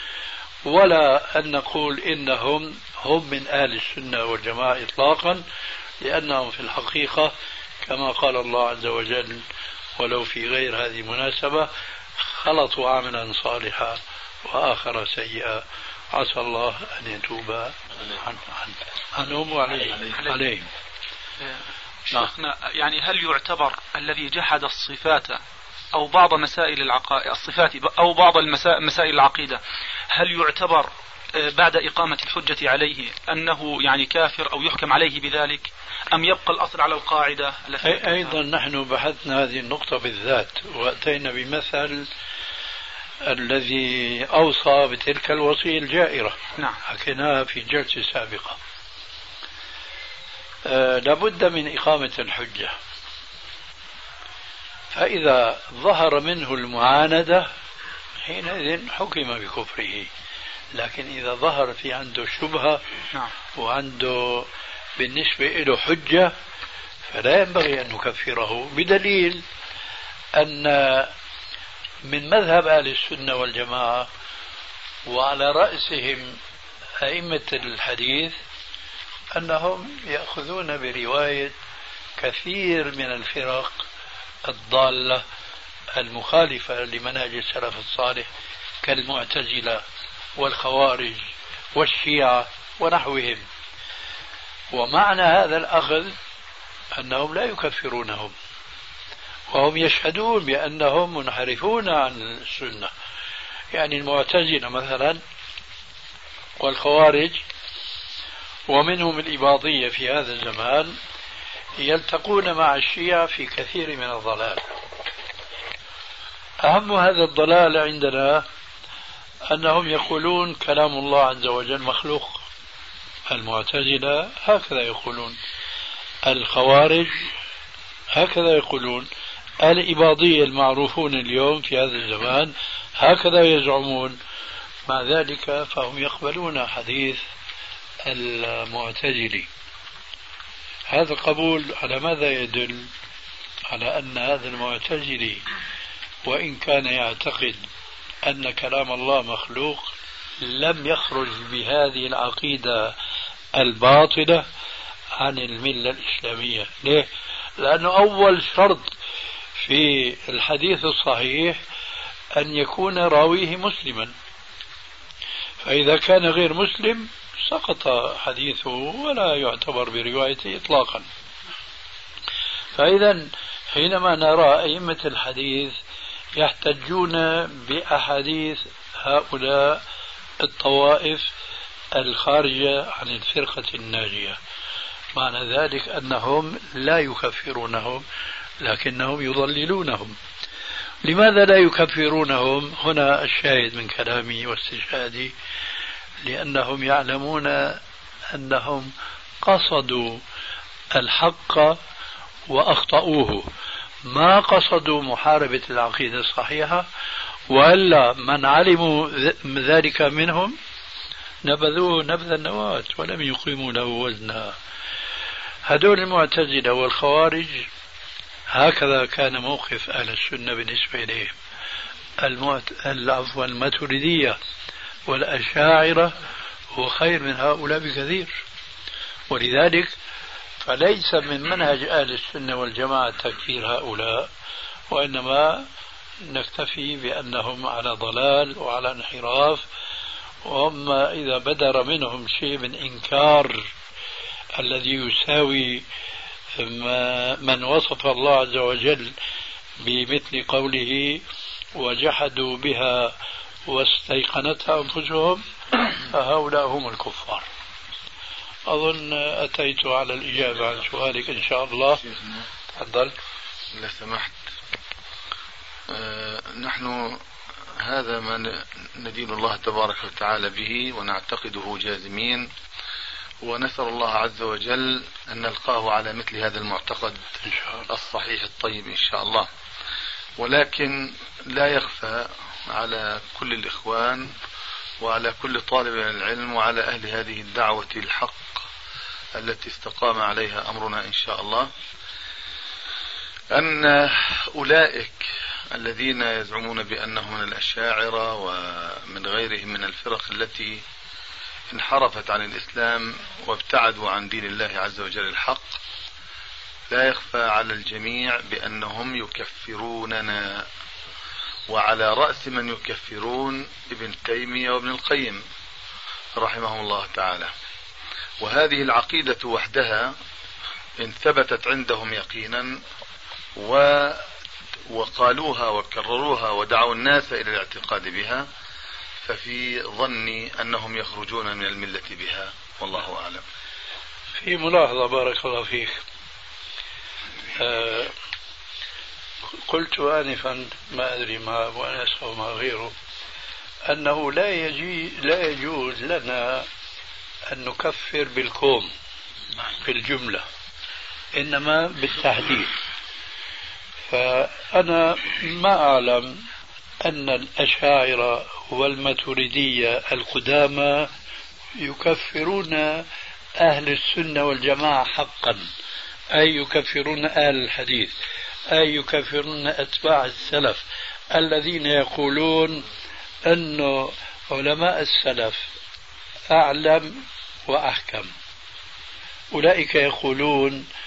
ولا أن نقول إنهم هم من أهل السنة والجماعة إطلاقا، لأنهم في الحقيقة كما قال الله عز وجل ولو في غير هذه المناسبة خلطوا عملا صالحا وآخر سيئا عسى الله أن يتوب عن عن عنهم وعليهم عليهم. شيخنا يعني هل يعتبر الذي جحد الصفات أو بعض مسائل العقائد الصفات أو بعض مسائل العقيدة هل يعتبر بعد إقامة الحجة عليه أنه يعني كافر أو يحكم عليه بذلك، أم يبقى الأصل على القاعدة؟ أي أيضا نحن بحثنا هذه النقطة بالذات وأتينا بمثل الذي أوصى بتلك الوصية الجائرة. نعم. حكيناها في جلسة سابقة. أه لابد من إقامة الحجة، فإذا ظهر منه المعاندة حينئذ حكم بكفره، لكن إذا ظهر في عنده شبهة وعنده بالنسبة له حجة فلا ينبغي أن نكفره، بدليل أن من مذهب أهل السنة والجماعة وعلى رأسهم أئمة الحديث أنهم يأخذون برواية كثير من الفرق الضالة المخالفة لمنهج السلف الصالح كالمعتزلة والخوارج والشيعة ونحوهم. ومعنى هذا الأخذ أنهم لا يكفرونهم، وهم يشهدون بأنهم منحرفون عن السنة. يعني المعتزلة مثلا والخوارج ومنهم الإباضية في هذا الزمان يلتقون مع الشيعة في كثير من الضلال. أهم هذا الضلال عندنا أنهم يقولون كلام الله عز وجل مخلوق. المعتزلة هكذا يقولون، الخوارج هكذا يقولون، الإباضية المعروفون اليوم في هذا الزمان هكذا يزعمون. مع ذلك فهم يقبلون حديث المعتزلي. هذا القبول على ماذا يدل؟ على أن هذا المعتزلي وإن كان يعتقد أن كلام الله مخلوق لم يخرج بهذه العقيدة الباطلة عن الملة الإسلامية. ليه؟ لأنه أول شرط في الحديث الصحيح أن يكون راويه مسلما، فإذا كان غير مسلم سقط حديثه ولا يعتبر بروايته إطلاقا. فإذا حينما نرى أئمة الحديث يحتجون بأحاديث هؤلاء الطوائف الخارجة عن الفرقة الناجية، معنى ذلك أنهم لا يكفرونهم لكنهم يضللونهم. لماذا لا يكفرونهم؟ هنا الشاهد من كلامي واستشهادي، لأنهم يعلمون أنهم قصدوا الحق وأخطأوه، ما قصدوا محاربة العقيدة الصحيحة، وإلا من علموا ذلك منهم نبذوه نبذ النواة ولم يقيموا له وزنا. هذول المعتزلة والخوارج هكذا كان موقف أهل السنة بالنسبة إليهم. العفو الماتريدية والأشاعرة هو خير من هؤلاء بكثير، ولذلك فليس من منهج أهل السنة والجماعة تكفير هؤلاء، وإنما نكتفي بأنهم على ضلال وعلى انحراف. وهم إذا بدر منهم شيء من إنكار الذي يساوي من وصف الله عز وجل بمثل قوله وجحدوا بها واستيقنتها أنفسهم، فهؤلاء هم الكفار. أظن أتيت على الإجابة عن سؤالك إن شاء الله. تفضل. إذا سمحت، أه نحن هذا ما ندين الله تبارك وتعالى به ونعتقده جازمين، ونسأل الله عز وجل أن نلقاه على مثل هذا المعتقد الصحيح الطيب إن شاء الله. ولكن لا يخفى على كل الإخوان وعلى كل طالب من العلم وعلى أهل هذه الدعوة الحق التي استقام عليها أمرنا إن شاء الله أن أولئك الذين يزعمون بأنهم من الأشاعرة ومن غيرهم من الفرق التي انحرفت عن الإسلام وابتعدوا عن دين الله عز وجل الحق، لا يخفى على الجميع بأنهم يكفروننا، وعلى رأس من يكفرون ابن تيمية وابن القيم رحمهم الله تعالى. وهذه العقيدة وحدها إن ثبتت عندهم يقينا و وقالوها وكرروها ودعوا الناس إلى الاعتقاد بها، ففي ظني أنهم يخرجون من الملة بها، والله أعلم. في ملاحظة بارك الله فيك، آه قلت آنفا ما أدري ما أبو أنس أو ما غيره أنه لا يجي لا يجوز لنا أن نكفر بالكوم في الجملة، إنما بالتحديد. فأنا ما أعلم أن الأشاعرة والماتريدية القدامى يكفرون أهل السنة والجماعة حقا، أي يكفرون أهل الحديث، أي يكفرون أتباع السلف الذين يقولون أن علماء السلف أعلم وأحكم. أولئك يقولون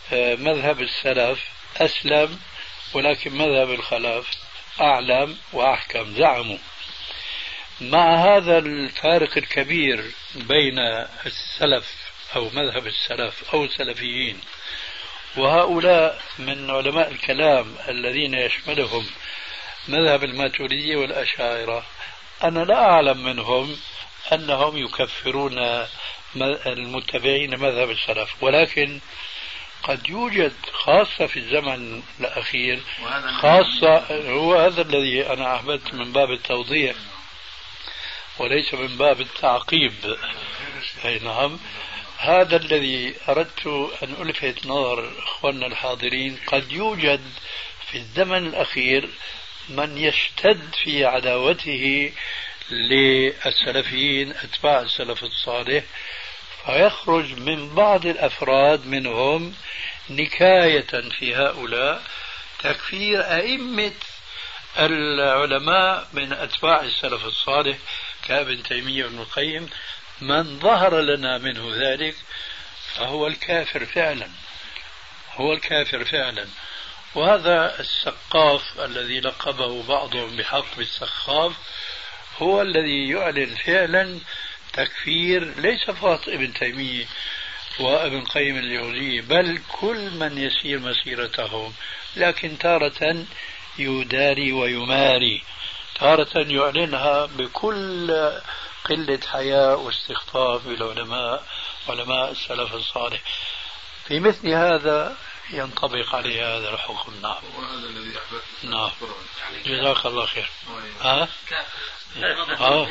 مذهب السلف أسلم، ولكن مذهب الخلف أعلم وأحكم زعموا. مع هذا الفارق الكبير بين السلف أو مذهب السلف أو السلفيين وهؤلاء من علماء الكلام الذين يشملهم مذهب الماتريدية والأشاعرة، أنا لا أعلم منهم أنهم يكفرون المتبعين مذهب السلف، ولكن قد يوجد خاصة في الزمن الأخير، خاصة هو هذا الذي أنا أحببت من باب التوضيح وليس من باب التعقيب. أي نعم، هذا الذي أردت أن ألفت نظر إخواننا الحاضرين. قد يوجد في الزمن الأخير من يشتد في عداوته للسلفيين أتباع السلف الصالح، فيخرج من بعض الأفراد منهم نكاية في هؤلاء تكفير أئمة العلماء من أتباع السلف الصالح كابن تيمية وابن القيم. من ظهر لنا منه ذلك فهو الكافر فعلا، هو الكافر فعلا. وهذا السقاف الذي لقبه بعضهم بحق بالسخاف هو الذي يعلن فعلا تكفير ليس فقط ابن تيمية وابن قيم الجوزية، بل كل من يسير مسيرتهم، لكن تارة يداري ويماري، تارة يعلنها بكل قلة حياء واستخفاف بالعلماء علماء السلف الصالح. في مثل هذا ينطبق عليه هذا الحكم. نعم، وهذا الذي أحببت. نعم، جزاك الله خير. ها؟ اه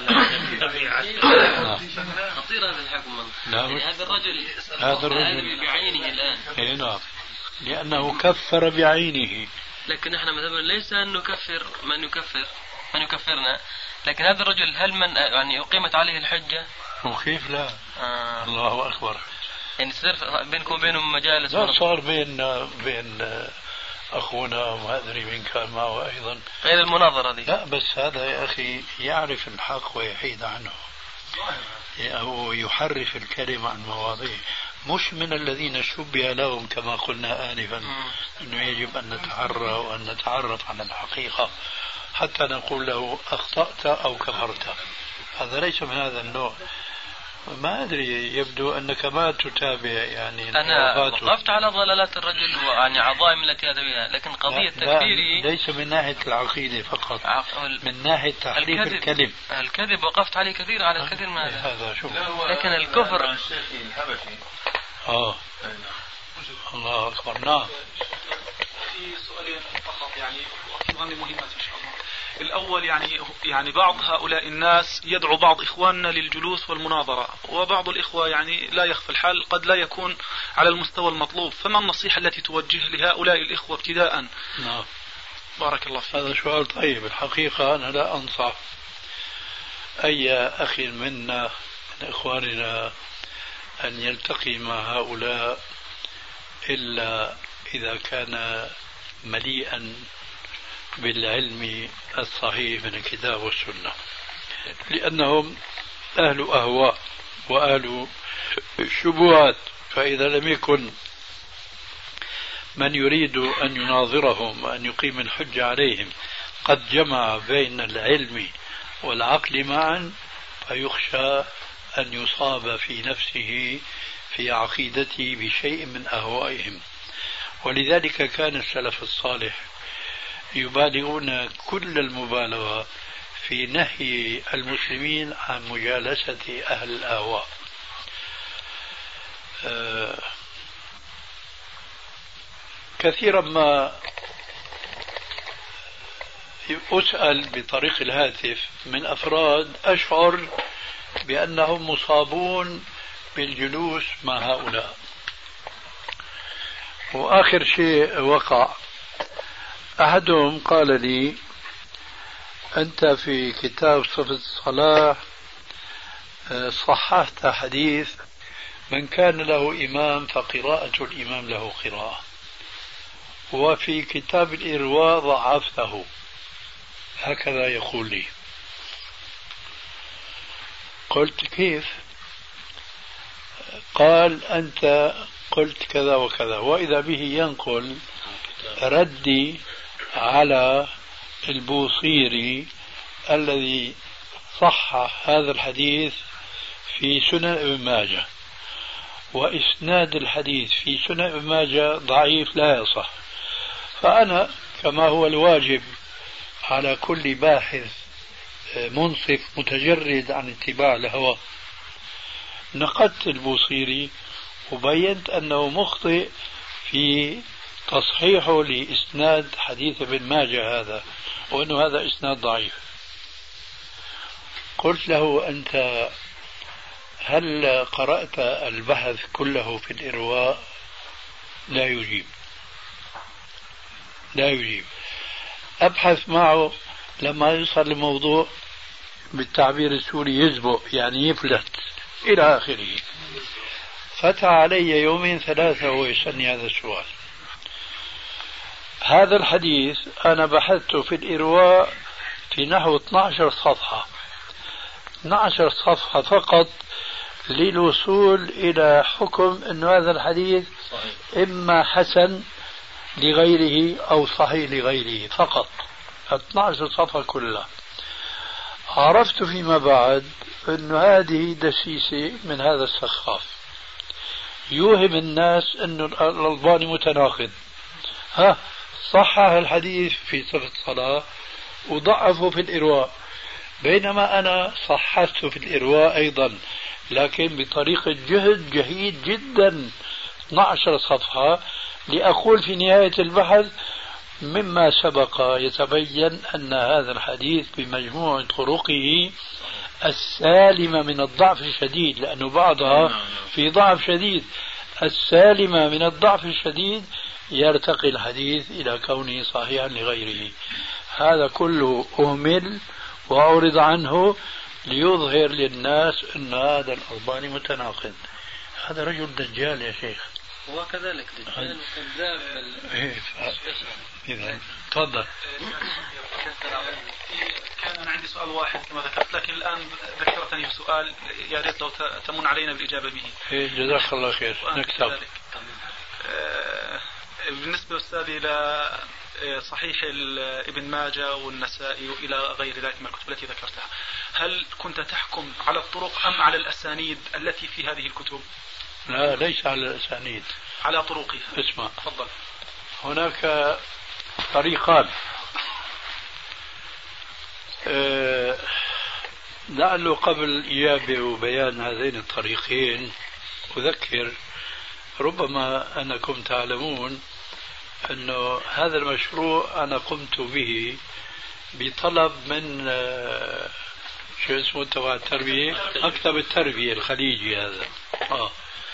خطير هذا الحكم. يعني هذا الرجل هذا الرجل بعينه الآن. اي نعم، لأنه كفر بعينه. لكن نحن مثلا ليس أن نكفر من يكفر من يكفرنا، لكن هذا الرجل هل من يعني أقيمت عليه الحجة؟ وكيف لا؟ آه. الله أكبر. يعني صار بينكم وبينهم مجالس؟ لا، صار بين بين أخونا وما أدري من كان معه أيضا غير المناظرة دي. لا، بس هذا يا أخي يعرف الحق ويحيد عنه، أو يحرف الكلمة عن مواضيع، مش من الذين شبه لهم كما قلنا آنفا أنه يجب أن نتعرى وأن نتعرف على الحقيقة حتى نقول له أخطأت أو كفرت. هذا ليس من هذا النوع. ما أدري، يبدو أنك ما تتابع يعني. أنا وقفت على ضلالات الرجل ويعني عظائم التي هذا بها، لكن قضية تكفيري ليس من ناحية العقيدة فقط، من ناحية تحريف الكذب. الكلم. الكذب وقفت عليه كثير على الكثير من هذا. هذا شوف. لكن الكفر الشيخي الحبشي. آه الله أكبر. نعم. في سؤالين فقط يعني أظن مهمات إن شاء الله. الأول يعني يعني بعض هؤلاء الناس يدعو بعض إخواننا للجلوس والمناظرة، وبعض الإخوة يعني لا يخفى الحال قد لا يكون على المستوى المطلوب، فما النصيحة التي توجه لهؤلاء الإخوة ابتداء؟ نعم. بارك الله فيك. هذا سؤال طيب. الحقيقة أنا لا أنصح أي أخ منا من إخواننا أن يلتقي مع هؤلاء إلا إذا كان مليئا بالعلم الصحيح من الكتاب والسنة، لأنهم أهل أهواء وأهل شبهات. فإذا لم يكن من يريد أن يناظرهم وأن يقيم الحجة عليهم قد جمع بين العلم والعقل معا، فيخشى أن يصاب في نفسه في عقيدته بشيء من أهوائهم. ولذلك كان السلف الصالح يبالغون كل المبالغة في نهي المسلمين عن مجالسة أهل الأهواء. أه كثيرا ما أسأل بطريق الهاتف من أفراد أشعر بأنهم مصابون بالجلوس مع هؤلاء. وآخر شيء وقع، أحدهم قال لي: أنت في كتاب صفة الصلاة صححت حديث من كان له إمام فقراءة الإمام له قراءة، وفي كتاب الإرواء ضعفته. هكذا يقول لي. قلت: كيف؟ قال: أنت قلت كذا وكذا، وإذا به ينقل ردي على البوصيري الذي صحح هذا الحديث في سنن ابن ماجه، وإسناد الحديث في سنن ابن ماجه ضعيف لا يصح. فأنا كما هو الواجب على كل باحث منصف متجرد عن اتباع الهوى، نقدت البوصيري وبينت أنه مخطئ في تصحيحه لإسناد حديث ابن ماجه هذا، وأنه هذا إسناد ضعيف. قلت له: أنت هل قرأت البحث كله في الإرواء؟ لا يجيب لا يجيب أبحث معه لما يوصل الموضوع بالتعبير السوري يزبق، يعني يفلت إلى آخره. فتح علي يومين ثلاثة وهو يسألني هذا السؤال. هذا الحديث أنا بحثته في الإرواء في نحو اثني عشر صفحة اثني عشر صفحة فقط للوصول إلى حكم أن هذا الحديث إما حسن لغيره أو صحيح لغيره، فقط اثني عشر صفحة كلها. عرفت فيما بعد أن هذه دسيسة من هذا السخاف يوهم الناس أن الألباني متناقض، ها صحح الحديث في صفة الصلاة وضعفه في الإرواء، بينما أنا صححته في الإرواء أيضا لكن بطريقة جهد جهيد جدا اثني عشر صفحة، لأقول في نهاية البحث مما سبق يتبين أن هذا الحديث بمجموع طرقه السالمة من الضعف الشديد، لأنه بعضها في ضعف شديد، السالمة من الضعف الشديد يرتقي الحديث إلى كونه صحيحا لغيره. هذا كله أهمل وأعرض عنه ليظهر للناس أن هذا الألباني متناقض. هذا رجل دجال يا شيخ، وكذلك دجال كذاب. إذا تفضل. كان أنا عندي سؤال واحد كما ذكرت، لكن الآن ذكرتني بسؤال يا ريت لو تمن علينا بالإجابة به. جزاك الله خير. نكتب. بالنسبة أستاذي إلى صحيح ابن ماجه والنسائي وإلى غير ذلك من الكتب التي ذكرتها، هل كنت تحكم على الطرق أم على الأسانيد التي في هذه الكتب؟ لا، ليس على الأسانيد، على طرقها. اسمع، تفضل. هناك طريقان، أه لعله قبل الإجابة وبيان هذين الطريقين أذكر، ربما أنكم تعلمون أنه هذا المشروع أنا قمت به بطلب من شو اسمه تبع التربية، مكتب التربية الخليجي هذا، آه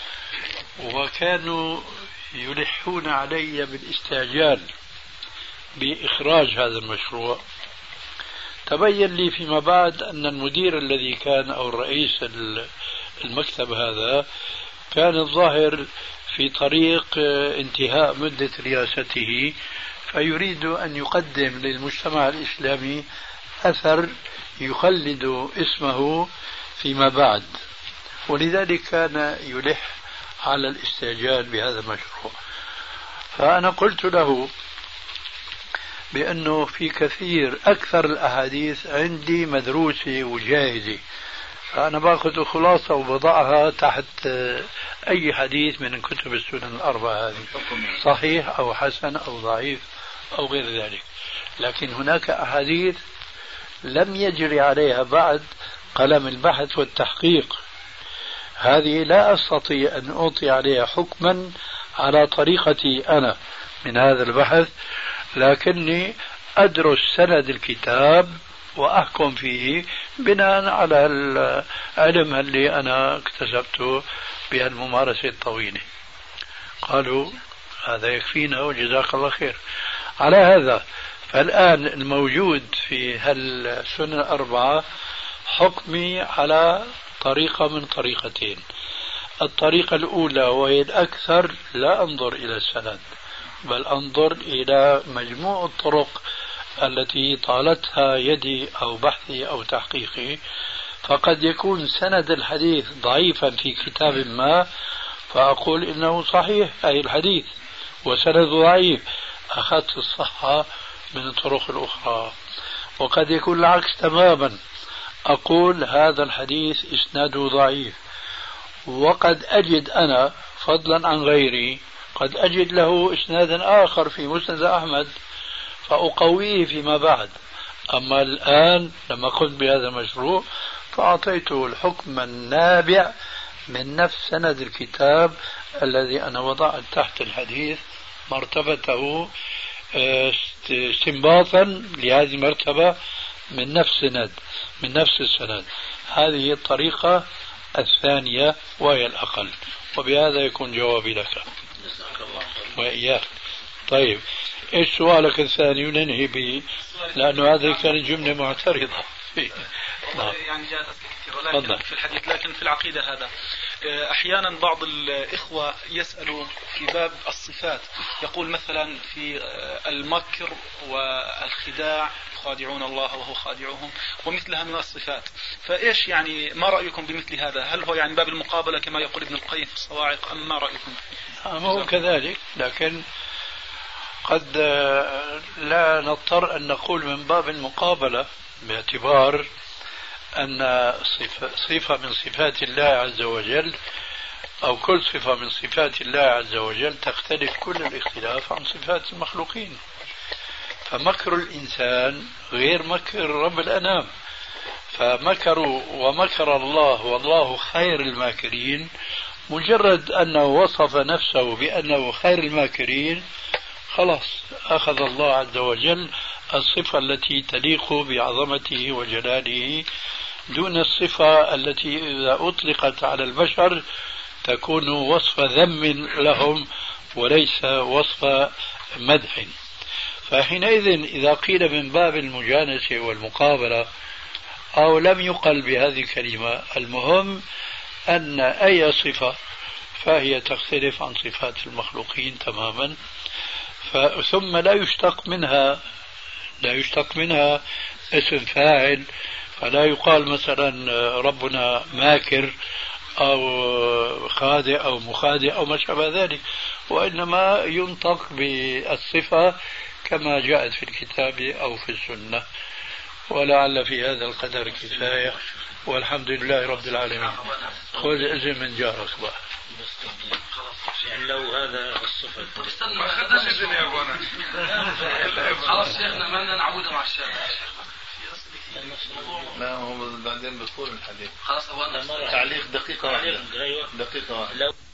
وكانوا يلحون علي بالاستعجال بإخراج هذا المشروع. تبين لي فيما بعد أن المدير الذي كان أو الرئيس المكتب هذا كان الظاهر في طريق انتهاء مدة رئاسته، فيريد أن يقدم للمجتمع الإسلامي أثر يخلد اسمه فيما بعد، ولذلك كان يلح على الاستعجال بهذا المشروع. فأنا قلت له بأنه في كثير أكثر الأحاديث عندي مدروسة وجاهزة، فأنا باخذ خلاصة وبضعها تحت أي حديث من كتب السنن الأربعة هذه، صحيح أو حسن أو ضعيف أو غير ذلك. لكن هناك أحاديث لم يجري عليها بعد قلم البحث والتحقيق، هذه لا أستطيع أن أعطي عليها حكما على طريقتي أنا من هذا البحث، لكني أدرس سند الكتاب وأحكم فيه بناء على العلم اللي أنا اكتسبته بهالممارسة الطويلة. قالوا هذا يكفينا وجزاك الله خير. على هذا فالآن الموجود في هالسنة الأربعة حكمي على طريقة من طريقتين. الطريقة الأولى وهي الأكثر، لا أنظر إلى السند بل أنظر إلى مجموع الطرق التي طالتها يدي أو بحثي أو تحقيقي، فقد يكون سند الحديث ضعيفا في كتاب ما فأقول إنه صحيح أي الحديث وسند ضعيف، أخذت الصحة من الطرق الأخرى. وقد يكون العكس تماما، أقول هذا الحديث إسناده ضعيف، وقد أجد أنا فضلا عن غيري قد أجد له إسنادا آخر في مسند أحمد فأقويه فيما بعد. أما الآن لما قمت بهذا المشروع فأعطيته الحكم النابع من نفس سند الكتاب الذي أنا وضعت تحت الحديث مرتبته استنباطا لهذه المرتبة من نفس سند من نفس السند. هذه الطريقة الثانية وهي الأقل، وبهذا يكون جوابي لك وإياك. طيب إيش سؤالك الثاني وننهي به، لأنه هذه كانت جملة معترضة. نعم. يعني جاءت كثير ولكن في الحديث، لكن في العقيدة هذا أحيانا بعض الإخوة يسألوا في باب الصفات، يقول مثلا في المكر والخداع يخادعون الله وهو خادعهم ومثلها من الصفات، فإيش يعني ما رأيكم بمثل هذا؟ هل هو يعني باب المقابلة كما يقول ابن القيم في الصواعق أم ما رأيكم؟ ما هو كذلك، لكن قد لا نضطر أن نقول من باب المقابلة، باعتبار أن صفة, صفة من صفات الله عز وجل أو كل صفة من صفات الله عز وجل تختلف كل الاختلاف عن صفات المخلوقين. فمكر الإنسان غير مكر رب الأنام، فمكروا ومكر الله والله خير الماكرين، مجرد أنه وصف نفسه بأنه خير الماكرين خلاص أخذ الله عز وجل الصفة التي تليق بعظمته وجلاله دون الصفة التي إذا أطلقت على البشر تكون وصف ذم لهم وليس وصف مدح. فحينئذ إذا قيل من باب المجانسة والمقابلة أو لم يقل بهذه الكلمة، المهم أن أي صفة فهي تختلف عن صفات المخلوقين تماما، ثم لا يشتق منها لا يشتق منها اسم فاعل، فلا يقال مثلا ربنا ماكر أو خادع أو مخادع أو ما شابه ذلك، وإنما ينطق بالصفة كما جاءت في الكتاب أو في السنة. ولعل في هذا القدر كفاية، والحمد لله رب العالمين. خذ إذن من جارك بقى. يعني لو هذا الصفة ما خدناش إذن يا أبونا. خلاص شيخنا ما بدنا نعودها مع الشيخ. لا هو بعدين بطول الحديث. خلاص أبونا تعليق دقيقة واحدة دقيقة واحدة.